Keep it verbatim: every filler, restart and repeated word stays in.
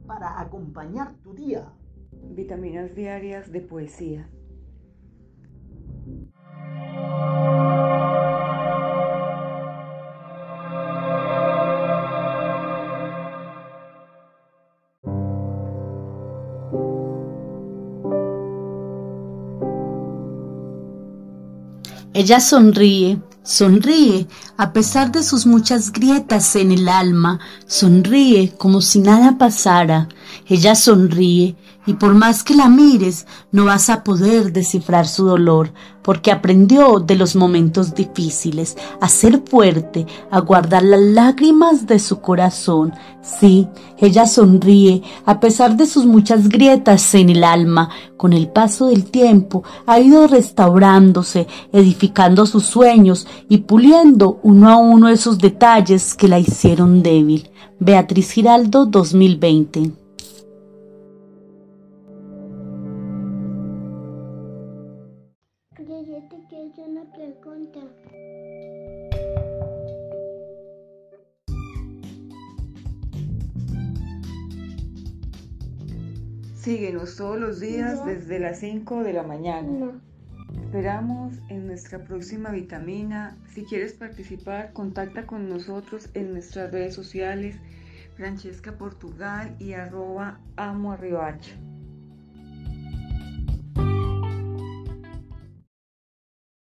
para acompañar tu día. Vitaminas diarias de poesía. Ella sonríe, sonríe, a pesar de sus muchas grietas en el alma, sonríe como si nada pasara. Ella sonríe, y por más que la mires, no vas a poder descifrar su dolor, porque aprendió de los momentos difíciles a ser fuerte, a guardar las lágrimas de su corazón. Sí, ella sonríe, a pesar de sus muchas grietas en el alma. Con el paso del tiempo ha ido restaurándose, edificando sus sueños y puliendo uno a uno esos detalles que la hicieron débil. Beatriz Giraldo, dos mil veinte. Yo te quiero hacer una pregunta. Síguenos todos los días desde las cinco de la mañana. No. Esperamos en nuestra próxima vitamina. Si quieres participar, contacta con nosotros en nuestras redes sociales, Francesca Portugal y arroba amo a Riohacha.